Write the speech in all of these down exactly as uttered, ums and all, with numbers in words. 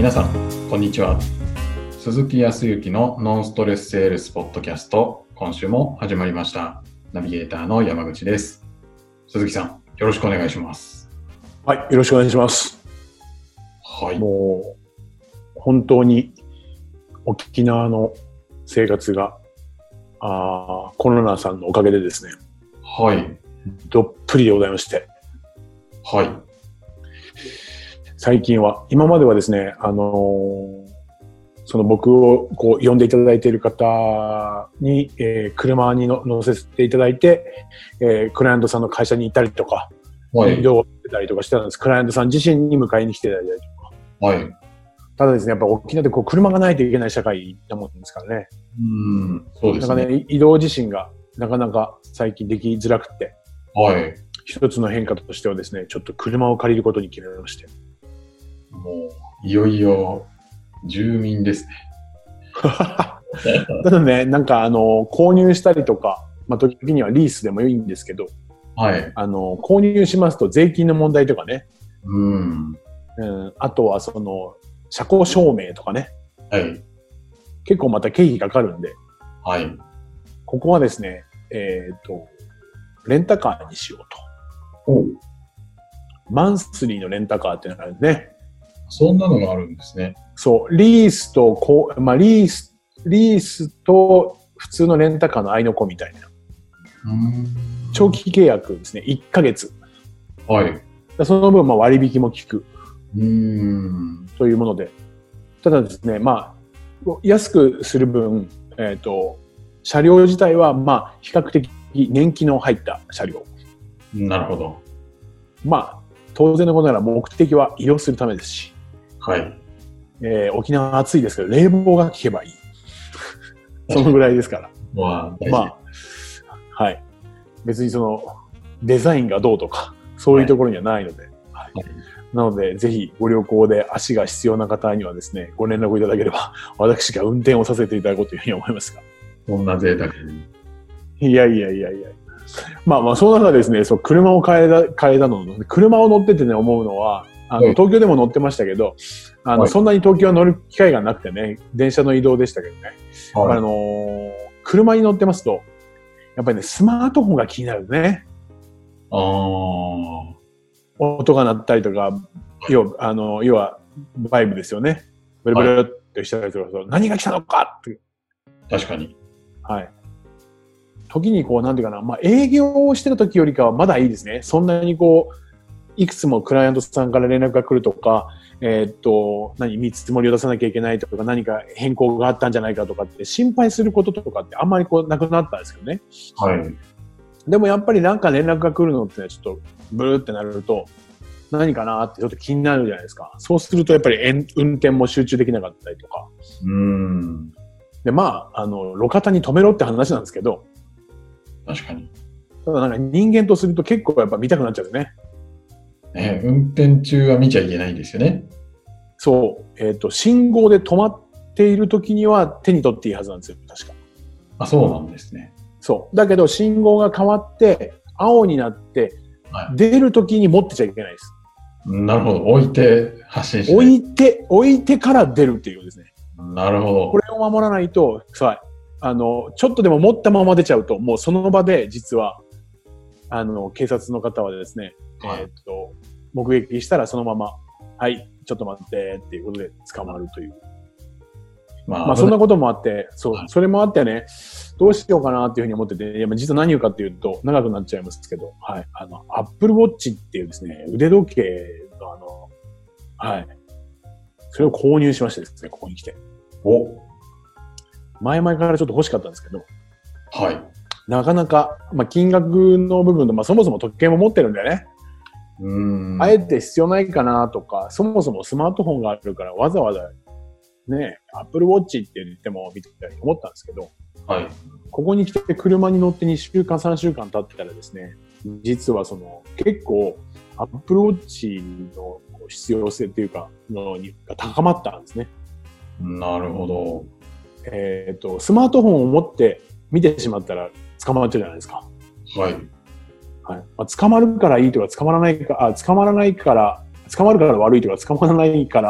皆さんこんにちは。鈴木康之のノンストレスセールスポッドキャスト、今週も始まりました。ナビゲーターの山口です。鈴木さん、よろしくお願いします。 はい、よろしくお願いします。 はい。 もう本当に沖縄の生活があコロナさんのおかげでですね、 はい、 どっぷりでございまして、 はい。 最近は今まではですね、あのー、その僕をこう呼んでいただいている方に、えー、車にの乗せていただいて、えー、クライアントさんの会社に行ったりとか、はい、移動してたりとかしてたんです。クライアントさん自身に迎えに来ていただいたりとか。 はい。 ただですね、やっぱ沖縄でこう車がないといけない社会なもんですからね。 うん、そうですね。 なんかね、移動自身がなかなか最近できづらくて、 はい。 一つの変化としてはですね、ちょっと車を借りることに決めまして。 もう、いよいよ、住民ですね。 ただね、なんかあの、購入したりとか、まあ、時にはリースでもいいんですけど、 はい。 あの、購入しますと税金の問題とかね、 うん。 うん、あとはその、車庫証明とかね、 はい。 結構また経費かかるんで、 はい。 ここはですね、えっと、レンタカーにしようと。 おマンスリーのレンタカーっていうのがあるんですね。 そんなのがあるんですね。 そう、リースとこう、まあ、リース、リースと普通のレンタカーの合いの子みたいな。 うーん。 長期契約ですね、いっかげつ。 はい。 その分、まあ割引も効く。 うーん。 というもので。ただですね、まあ、安くする分、えっと、車両自体は、まあ、比較的年季の入った車両。 なるほど。 まあ、当然のことながら目的は移動するためですし。 はい。 えー、沖縄暑いですけど、冷房が効けばいい。そのぐらいですから。 まあ、 まあ、はい。別にその、デザインがどうとか、そういうところにはないので。はい。はい、なので、ぜひご旅行で足が必要な方にはですね、ご連絡いただければ、私が運転をさせていただこうというふうに思いますが。 こんな贅沢に。 いやいやいやいや。まあまあ、その中でですね、そう、車を変えた、変えたの、車を乗っててね、思うのは、あの、はい、東京でも乗ってましたけど、あの、はい、そんなに東京は乗る機会がなくてね、電車の移動でしたけどね。はい、あのー、車に乗ってますと、やっぱりね、スマートフォンが気になるね。 ああ。 音が鳴ったりとか、要は、あの、要は、バイブですよね。ブルブルってしたりとか、はい、何が来たのかって。 確かに。 はい。時にこう、なんていうかな、まあ、営業をしてた時よりかはまだいいですね。そんなにこう、いくつもクライアントさんから連絡が来るとか、えー、っと、何、見積もりを出さなきゃいけないとか、何か変更があったんじゃないかとかって心配することとかってあんまりこうなくなったんですけどね。 はい。 でもやっぱりなんか連絡が来るのってね、ちょっとブルーってなると、何かなってちょっと気になるじゃないですか。そうするとやっぱり運転も集中できなかったりとか。 うーん。 で、まあ、あの、路肩に止めろって話なんですけど。 確かに。 ただなんか人間とすると結構やっぱ見たくなっちゃうんですね。 ね、運転中は見ちゃいけないんですよね。 そう。えっと、信号で止まっている時には手に取っていいはずなんですよ、確か。 あ、そうなんですね。 そう。だけど信号が変わって、青になって、はい、出る時に持ってちゃいけないです。 なるほど。置いて発信しない。 置いて、置いてから出るっていうですね。 なるほど。 これを守らないと、さ、あの、ちょっとでも持ったまま出ちゃうと、もうその場で実は、あの、警察の方はですね、はい、えー、っと、目撃したらそのまま、はい、ちょっと待ってっていうことで捕まるという。まあ、まあ、そんなこともあって、そう、はい、それもあってね、どうしようかなっていうふうに思ってて、いや、実は何をかっていうと、長くなっちゃいますけど、はい、あの、Apple Watch っていうですね、腕時計のあの、はい、それを購入しましてですね、ここに来て。 お前々からちょっと欲しかったんですけど、 はい。 なかなか、まあ、金額の部分と、まあ、そもそも時計も持ってるんだよね。 うーん。 あえて必要ないかなとか、そもそもスマートフォンがあるからわざわざね、Apple Watch って言ってもみたいに思ったんですけど、 はい。 ここに来て車に乗ってにしゅうかん、さんしゅうかん経ってからですね、実はその結構 Apple Watch の必要性っていうか、のにが高まったんですね。 なるほど。 えっと、スマートフォンを持って見てしまったら捕まっちゃうじゃないですか。 はい。 はい。まあ、捕まるからいいとか、捕まらないか、あ、捕まらないから、捕まるから悪いとか、捕まらないから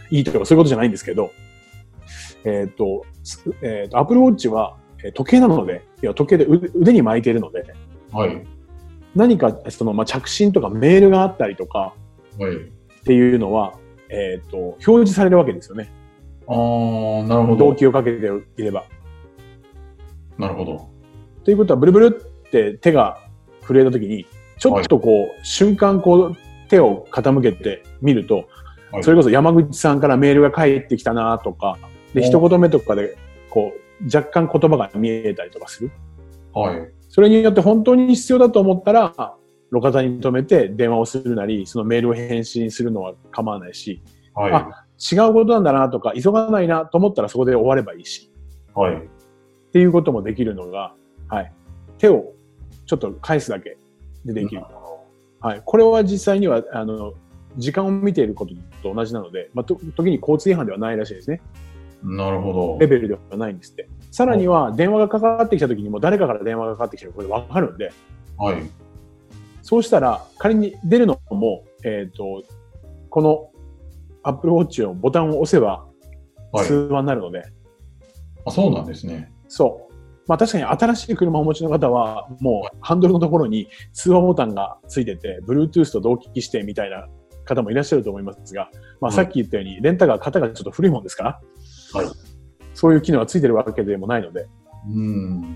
いいとかそういうことじゃないんですけど、えっと、えっと、Apple Watch は時計なので、いや時計で腕に巻いているので、 はい。 何かその、まあ、着信とかメールがあったりとか、 はい。 っていうのは、えっと、表示されるわけですよね。 ああ、なるほど。 動機をかけていれば。 なるほど。 ということは、ブルブルって手が震えたときに、ちょっとこう、はい、瞬間こう、手を傾けてみると、はい、それこそ山口さんからメールが返ってきたなとか、で、一言目とかで、こう、若干言葉が見えたりとかする。 はい。それによって本当に必要だと思ったら、路肩に止めて電話をするなり、そのメールを返信するのは構わないし、はい、あ、違うことなんだなとか、急がないなと思ったらそこで終わればいいし、 はい。 っていうこともできるのが、はい。手をちょっと返すだけでできる。はい。これは実際には、あの、時間を見ていることと同じなので、まあ、と時に交通違反ではないらしいですね。 なるほど。 レベルではないんですって。さらには、電話がかかってきた時にも誰かから電話がかかってきたらこれわかるんで、 はい。 そうしたら、仮に出るのも、えっと、この Apple Watch のボタンを押せば通話になるので、はい。 あ、そうなんですね。 そう。まあ確かに新しい車をお持ちの方は、もうハンドルのところに通話ボタンがついてて、Bluetooth と同期してみたいな方もいらっしゃると思いますが、まあさっき言ったように、レンタカー型がちょっと古いもんですから、はい。そういう機能がついてるわけでもないので、 うん。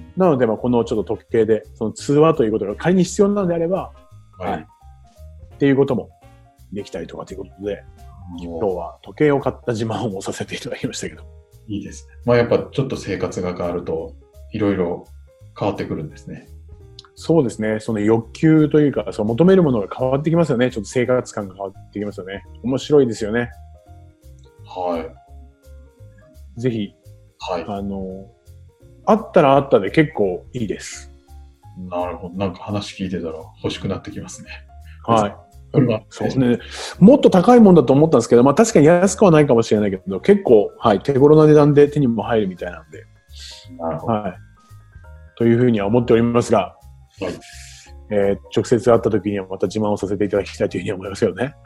なので、まあこのちょっと時計で、その通話ということが仮に必要なのであれば、はい。はい、っていうこともできたりとかということで、今日は時計を買った自慢をさせていただきましたけど。 いいですね。まあやっぱちょっと生活が変わると、いろいろ変わってくるんですね。 そうですね。その欲求というか、その求めるものが変わってきますよね。ちょっと生活感が変わってきますよね。面白いですよね。 はい。 ぜひ、 はい。 あの、あったらあったで結構いいです。 なるほど。なんか話聞いてたら欲しくなってきますね。 はい。そうですね。もっと高いもんだと思ったんですけど、まあ確かに安くはないかもしれないけど、結構、はい、手頃な値段で手にも入るみたいなんで。 なるほど。 はい。というふうには思っておりますが、はい。えー、直接会った時にはまた自慢をさせていただきたいというふうに思いますよね。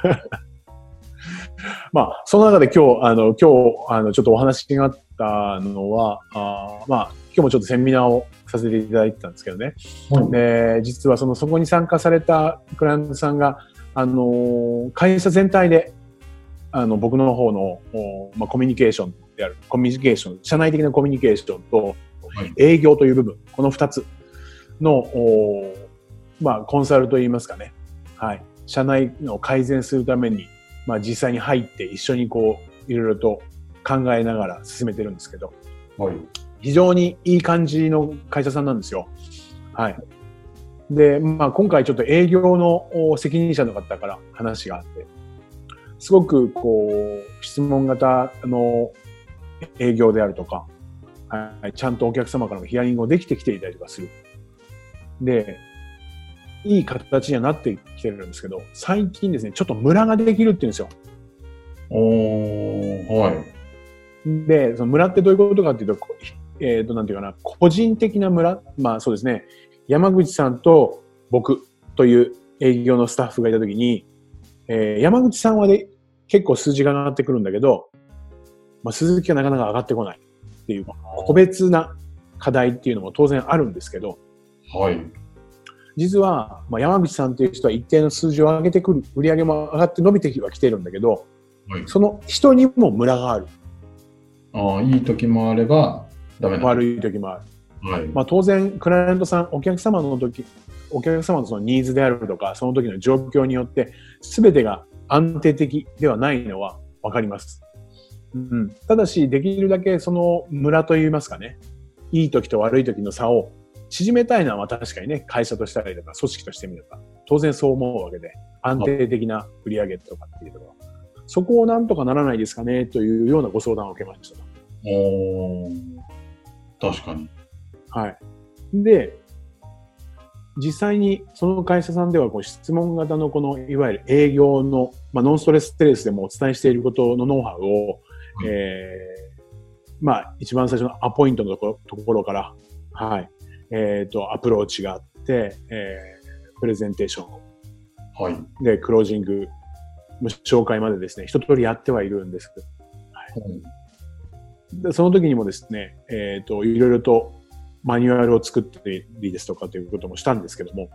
まあ、その中で今日、あの、今日、あの、ちょっとお話があったのは、あまあ、今日もちょっとセミナーをさせていただいてたんですけどね。うん、で、実はその、そこに参加されたクライアントさんが、あの、会社全体で、あの、僕の方の、まあ、コミュニケーションである、コミュニケーション、社内的なコミュニケーションと、営業という部分、この二つの、まあ、コンサルといいますかね。はい。社内の改善するために、まあ、実際に入って一緒にこう、いろいろと考えながら進めてるんですけど、はい、非常にいい感じの会社さんなんですよ。はい。で、まあ、今回ちょっと営業の責任者の方から話があって、すごくこう、質問型の営業であるとか、はい、ちゃんとお客様からもヒアリングをできてきていたりとかする。で、いい形にはなってきてるんですけど、最近ですね、ちょっとムラができるって言うんですよ。 おー、はい。 で、そのムラってどういうことかっていうと、えっと、なんていうかな、個人的なムラ、まあそうですね、山口さんと僕という営業のスタッフがいたときに、えー、山口さんはで結構数字が上がってくるんだけど、まあ、鈴木がなかなか上がってこないっていう、個別な課題っていうのも当然あるんですけど、 はい。 実は、まあ、山口さんという人は一定の数字を上げてくる、売り上げも上がって伸びてはきてるんだけど、はい、その人にもムラがある。 ああ、いい時もあれば、ダメな時。 悪い時もある。 はい。 まあ、当然、クライアントさん、お客様の時、お客様のそのニーズであるとか、その時の状況によって、すべてが安定的ではないのはわかります。うん。ただし、できるだけそのムラといいますかね、いい時と悪い時の差を縮めたいのは確かにね、会社としたりとか、組織としてみれば、当然そう思うわけで、安定的な売り上げとかっていうところ。そこをなんとかならないですかね、というようなご相談を受けました。 おー、確かに。 はい。で、実際にその会社さんではこう質問型のこのいわゆる営業の、まあ、ノンストレステレスでもお伝えしていることのノウハウを、うん、えー、まあ一番最初のアポイントのところ、ところから、はい、えっと、アプローチがあって、えー、プレゼンテーション。 はい。 で、クロージング紹介までですね、一通りやってはいるんです。はいうん、 でその時にもですね、えっと、いろいろとマニュアルを作ったりですとかということもしたんですけども、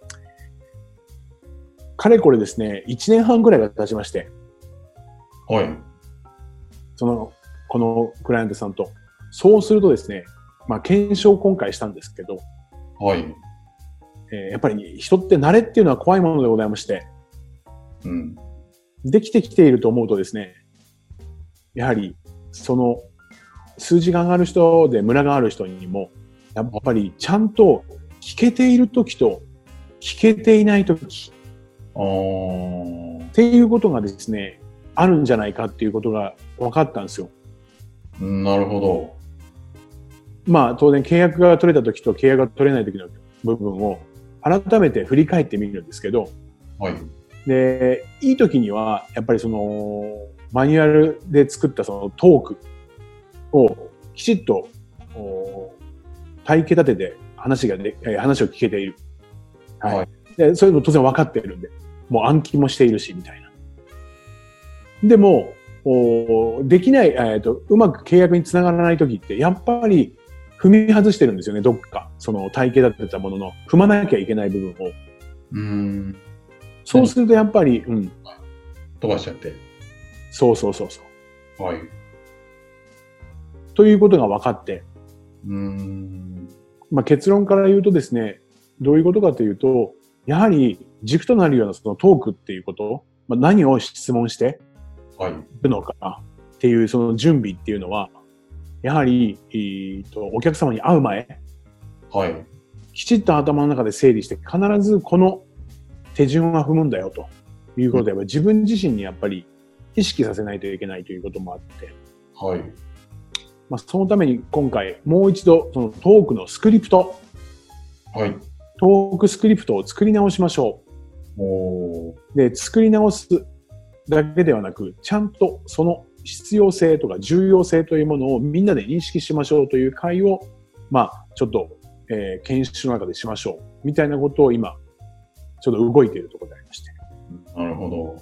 かれこれですね、いちねんはんぐらいが経ちまして、 はい。 その、このクライアントさんと。そうするとですね、まあ、検証を今回したんですけど、 はい。 えーやっぱり人って慣れっていうのは怖いものでございまして、 うん。 できてきていると思うとですね、やはり、その、数字が上がる人でムラがある人にも、やっぱりちゃんと聞けているときと聞けていないときあー。 っていうことがですね、あるんじゃないかっていうことが分かったんですよ。 うんなるほど。 まあ当然契約が取れたときと契約が取れないときの部分を改めて振り返ってみるんですけど、 はい。 で、いいときにはやっぱりそのマニュアルで作ったそのトークをきちっと体系立てて話がで、話を聞けている。はい。はい、で、それも当然分かっているんで、もう暗記もしているし、みたいな。でも、できない、えーと、うまく契約につながらないときって、やっぱり踏み外してるんですよね、どっか。その体系立てたものの、踏まなきゃいけない部分を。 うーん。 そうするとやっぱり、うん。 飛ばしちゃって。 そうそうそうそう。 はい。 ということが分かって。 うーん。 まあ、結論から言うとですね、どういうことかというと、やはり軸となるようなそのトークっていうこと、まあ、何を質問していくのかっていうその準備っていうのは、やはり、えーと、お客様に会う前、 はい。 きちっと頭の中で整理して、必ずこの手順は踏むんだよということで、うん、自分自身にやっぱり意識させないといけないということもあって、 はい。 まあ、そのために今回もう一度そのトークのスクリプト、 はい。 トークスクリプトを作り直しましょう。おで、作り直すだけではなく、ちゃんとその必要性とか重要性というものをみんなで認識しましょうという会を、まあ、ちょっと、えー、研修の中でしましょう。みたいなことを今、ちょっと動いているところでありまして。 なるほど。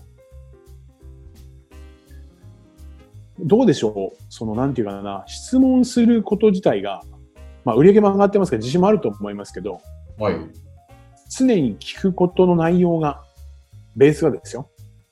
どうでしょうその、なんていうかな、質問すること自体が、まあ、売り上げも上がってますから自信もあると思いますけど、 はい。 常に聞くことの内容が、ベースがですよ。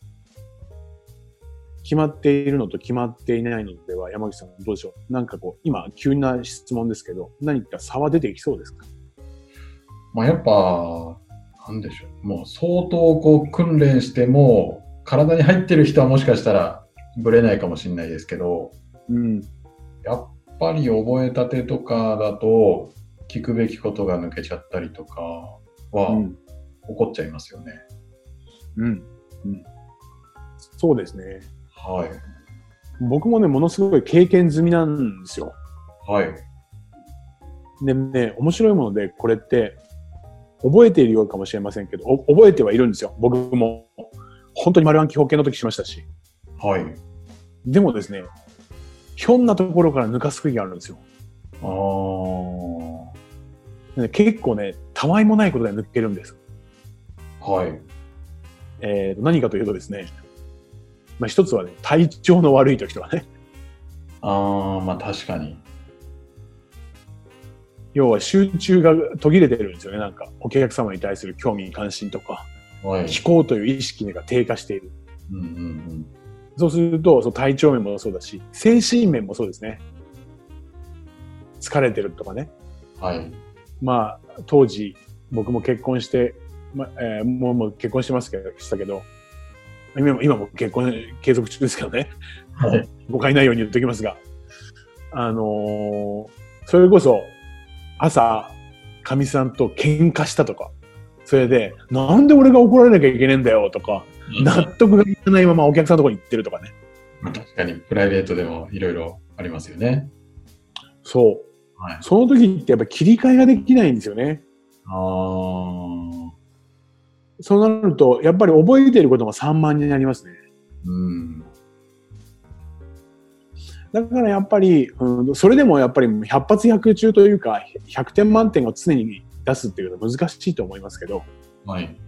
決まっているのと決まっていないのでは、山口さんどうでしょうなんかこう、今、急な質問ですけど、何か差は出てきそうですか？ まあ、やっぱ、なんでしょう。もう相当こう訓練しても、体に入ってる人はもしかしたらブレないかもしれないですけど、 うん。 やっぱり覚えたてとかだと、聞くべきことが抜けちゃったりとかは、うん、起こっちゃいますよね。 うん。うん。そうですね。 はい。 僕もね、ものすごい経験済みなんですよ。 はい。 でね、面白いもので、これって、覚えているようかもしれませんけど、覚えてはいるんですよ。僕も。本当に丸暗記法系の時しましたし。 はい。 でもですね、ひょんなところから抜かす時があるんですよ。 あー。結構ね、たわいもないことで抜けるんです。 はい。 えーと、何かというとですね、まあ、一つはね、体調の悪い時とかね。 ああ、まあ確かに。 要は集中が途切れてるんですよね。なんか、お客様に対する興味関心とか、 はい、 聞こうという意識が低下している。 うんうんうん、 そうすると、その体調面もそうだし、精神面もそうですね。疲れてるとかね。 はい。 まあ、当時、僕も結婚して、まえー、もうもう結婚してますけど、したけど、今も、今も結婚継続中ですけどね。はい。誤解ないように言っておきますが。あのー、それこそ、朝、かみさんと喧嘩したとか、それで、なんで俺が怒られなきゃいけねえんだよとか、納得がいかないままお客さんのところに行ってるとかね。 確かに、プライベートでもいろいろありますよね。 そう。はい、その時ってやっぱり切り替えができないんですよね。 あー。 そうなると、やっぱり覚えていることが散漫になりますね。 うん。 だからやっぱり、うん、それでもやっぱりひゃく発ひゃく中というか、ひゃくてん満点を常に出すっていうのは難しいと思いますけど、 はい。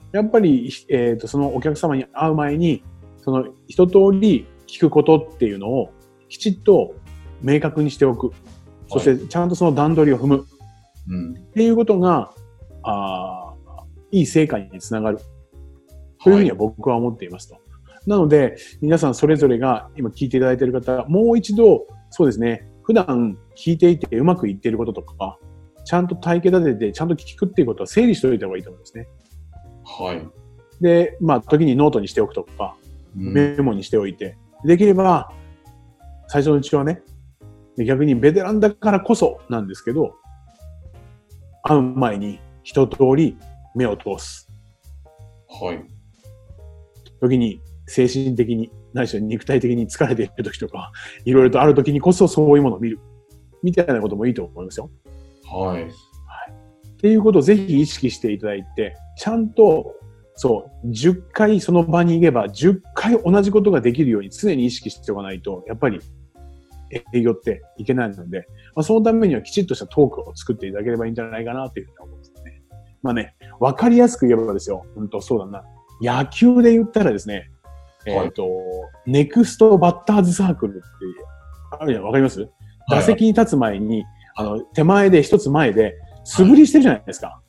やっぱり、えっと、そのお客様に会う前に、その一通り聞くことっていうのをきちっと明確にしておく。そしてちゃんとその段取りを踏む。 うん、 っていうことが、あいい成果につながる。というふうには僕は思っていますと。はい、なので、皆さんそれぞれが今聞いていただいている方、もう一度、そうですね、普段聞いていてうまくいっていることとか、ちゃんと体系立てて、ちゃんと聞くっていうことは整理しておいた方がいいと思うんですね。 はい。 で、まあ、時にノートにしておくとか、メモにしておいて、うん、できれば、最初のうちはね、逆にベテランだからこそなんですけど、会う前に一通り目を通す。 はい。 時に精神的に、ないしは肉体的に疲れている時とか、いろいろとある時にこそそういうものを見る。みたいなこともいいと思いますよ。 はい。はい。 っていうことをぜひ意識していただいて、ちゃんと、そう、じゅっかいその場に行けば、じゅっかい同じことができるように常に意識しておかないと、やっぱり営業っていけないので、まあ、そのためにはきちっとしたトークを作っていただければいいんじゃないかなというふうに思うんですね。まあね、わかりやすく言えばですよ、本当そうだな。野球で言ったらですね、はい、えっと、ネクストバッターズサークルっていう、あるじゃん、わかります？はい、打席に立つ前に、あの、手前で一つ前で素振りしてるじゃないですか。はい、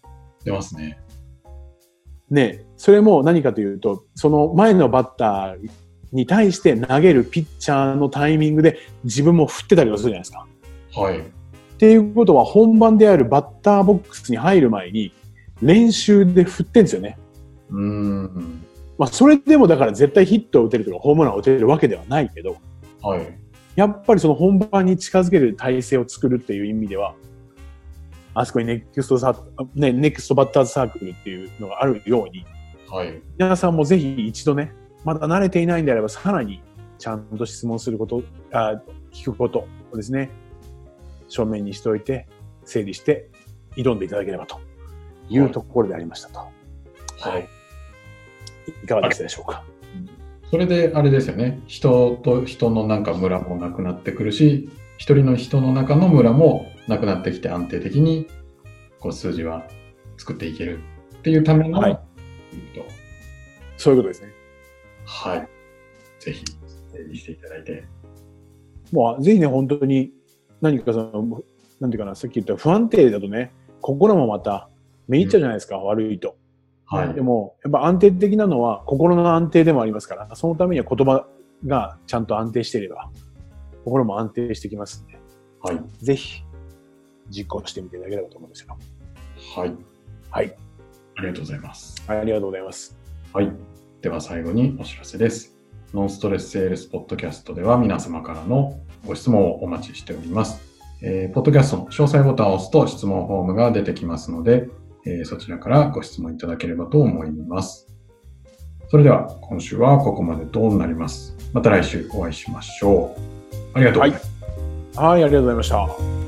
出ますね。 ね、それも何かというと、その前のバッターに対して投げるピッチャーのタイミングで自分も振ってたりはするじゃないですか。 はい。 っていうことは本番であるバッターボックスに入る前に練習で振ってんですよね。 うーん。 まあそれでもだから絶対ヒットを打てるとかホームランを打てるわけではないけど、 はい。 やっぱりその本番に近づける体制を作るっていう意味では、あそこにネクストサー、ね、ネクストバッターズサークルっていうのがあるように、 はい。 皆さんもぜひ一度ね、まだ慣れていないんであれば、さらにちゃんと質問すること、あ聞くことをですね、正面にしておいて、整理して挑んでいただければというところでありましたと。 はい。 いかがでしたでしょうか。 それであれですよね。人と人のなんかムラもなくなってくるし、一人の人の中のムラもなくなってきて安定的にこう数字は作っていけるっていうための、はい、 そういうことですね。 はい。ぜひ整理していただいて。 もうぜひね、本当に何かその、なんていうかな、さっき言った不安定だとね、心もまためいっちゃうじゃないですか、うん、悪いと。はい。でも、やっぱ安定的なのは心の安定でもありますから、そのためには言葉がちゃんと安定していれば、心も安定してきますんで、はい。ぜひ実行してみていただければと思うんですよ。 はい。 はい。 ありがとうございます。 はい、ありがとうございます。 はい。では最後にお知らせです。ノンストレスセールスポッドキャストでは皆様からのご質問をお待ちしております。えー、ポッドキャストの詳細ボタンを押すと質問フォームが出てきますので、えー、そちらからご質問いただければと思います。それでは今週はここまでとなります。また来週お会いしましょう。ありがとうございます。 はい、はい、ありがとうございました。